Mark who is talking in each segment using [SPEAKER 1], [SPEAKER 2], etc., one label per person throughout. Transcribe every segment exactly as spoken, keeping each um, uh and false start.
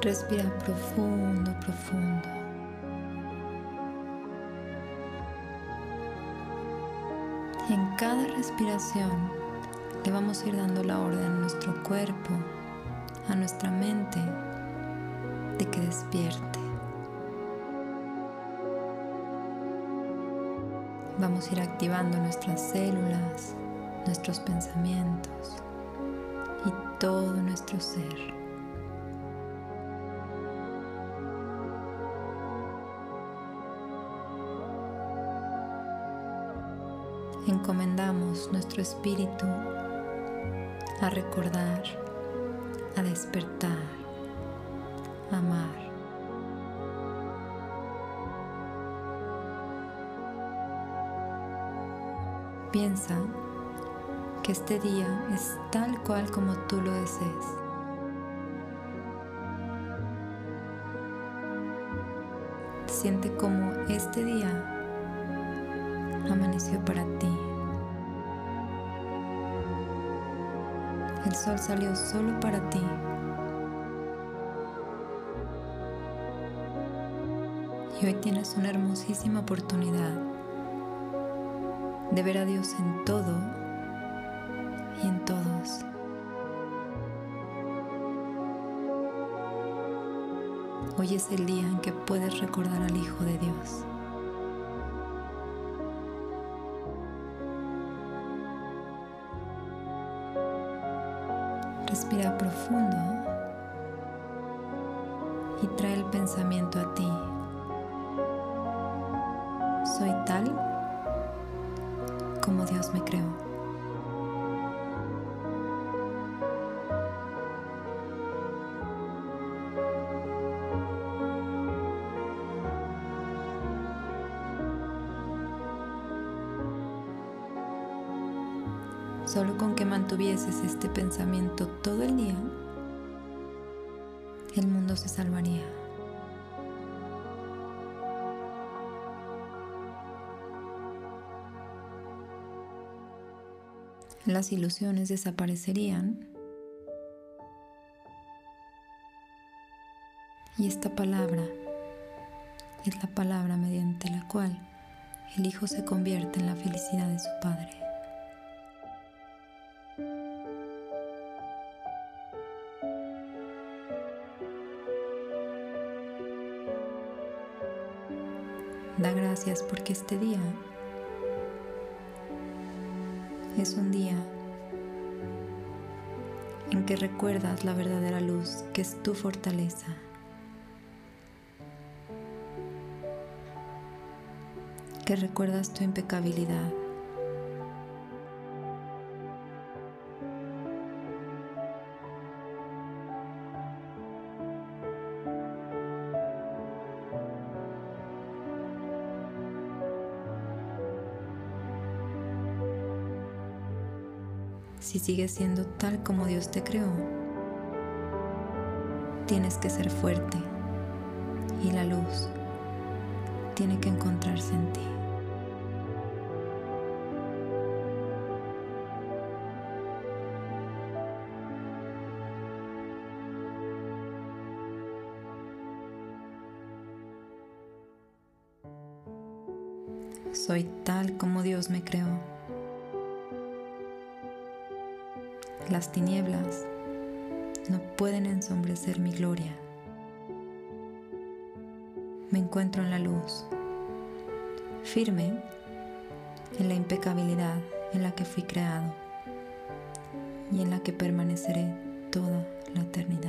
[SPEAKER 1] Respira profundo, profundo. Y en cada respiración le vamos a ir dando la orden a nuestro cuerpo, a nuestra mente, de que despierte. Vamos a ir activando nuestras células, nuestros pensamientos y todo nuestro ser. Encomendamos nuestro espíritu a recordar, a despertar, a amar. Piensa que este día es tal cual como tú lo desees. Siente como este día amaneció para ti. El sol salió solo para ti. Y hoy tienes una hermosísima oportunidad de ver a Dios en todo y en todos. Hoy es el día en que puedes recordar al Hijo de Dios. Respira profundo y trae el pensamiento a ti. Soy tal como Dios me creó. Solo con que mantuvieses este pensamiento todo el día, el mundo se salvaría. Las ilusiones desaparecerían y esta palabra es la palabra mediante la cual el Hijo se convierte en la felicidad de su Padre. Da gracias porque este día es un día en que recuerdas la verdadera luz que es tu fortaleza. Que recuerdas tu impecabilidad. Si sigues siendo tal como Dios te creó, tienes que ser fuerte y la luz tiene que encontrarse en ti. Soy tal como Dios me creó. Las tinieblas no pueden ensombrecer mi gloria. Me encuentro en la luz, firme en la impecabilidad en la que fui creado y en la que permaneceré toda la eternidad.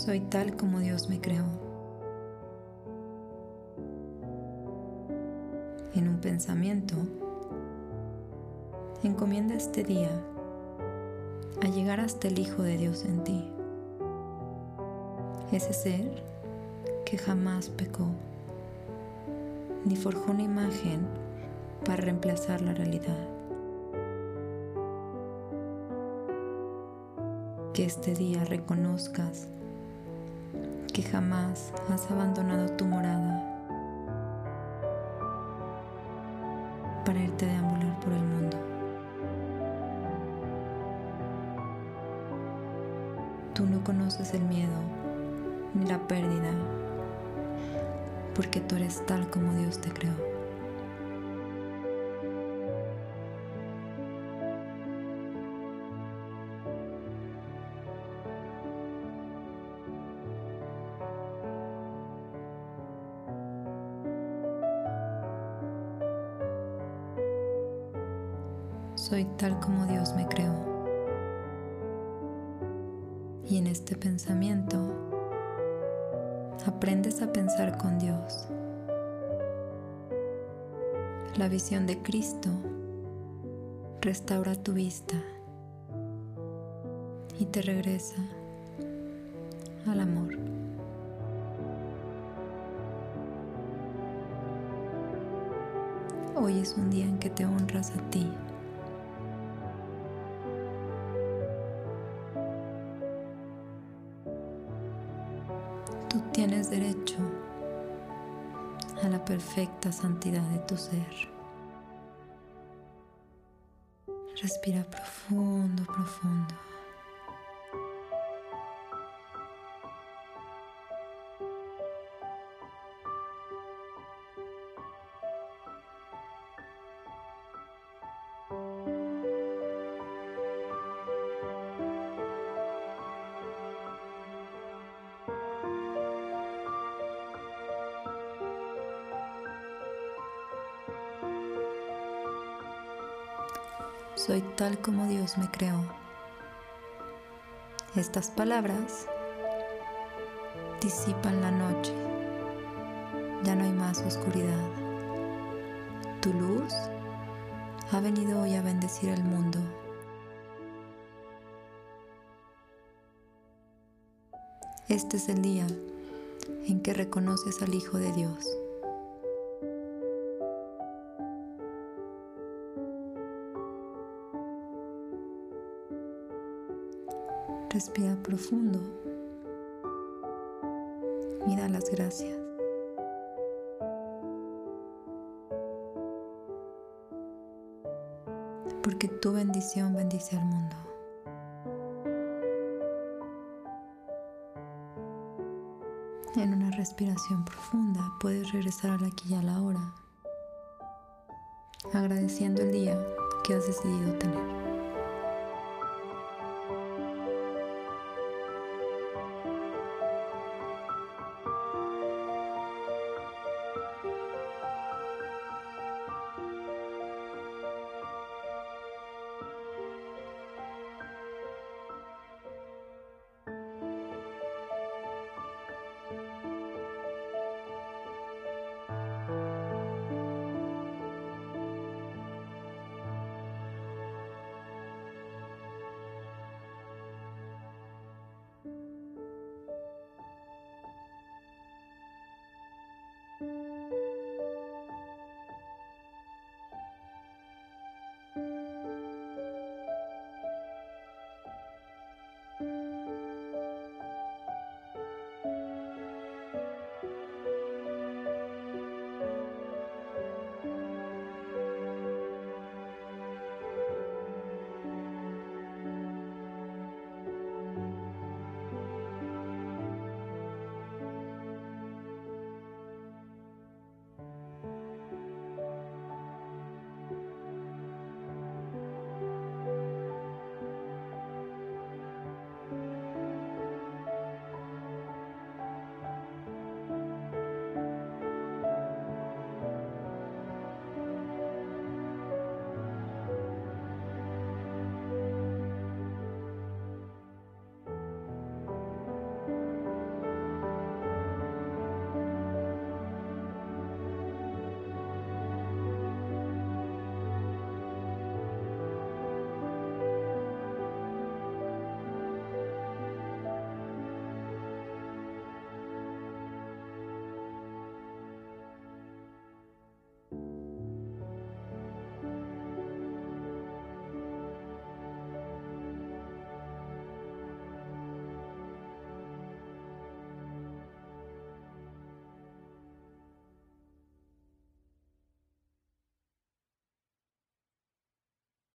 [SPEAKER 1] Soy tal como Dios me creó. En un pensamiento, encomienda este día a llegar hasta el Hijo de Dios en ti. Ese ser que jamás pecó, ni forjó una imagen para reemplazar la realidad. Que este día reconozcas que jamás has abandonado tu morada para irte a deambular por el mundo. Tú no conoces el miedo ni la pérdida, porque tú eres tal como Dios te creó. Soy tal como Dios me creó. Y en este pensamiento, aprendes a pensar con Dios. La visión de Cristo restaura tu vista y te regresa al amor. Hoy es un día en que te honras a ti. Tú tienes derecho a la perfecta santidad de tu ser. Respira profundo, profundo. Soy tal como Dios me creó. Estas palabras disipan la noche. Ya no hay más oscuridad. Tu luz ha venido hoy a bendecir el mundo. Este es el día en que reconoces al Hijo de Dios. Respira profundo y da las gracias. Porque tu bendición bendice al mundo. En una respiración profunda puedes regresar al aquí y a la hora, agradeciendo el día que has decidido tener.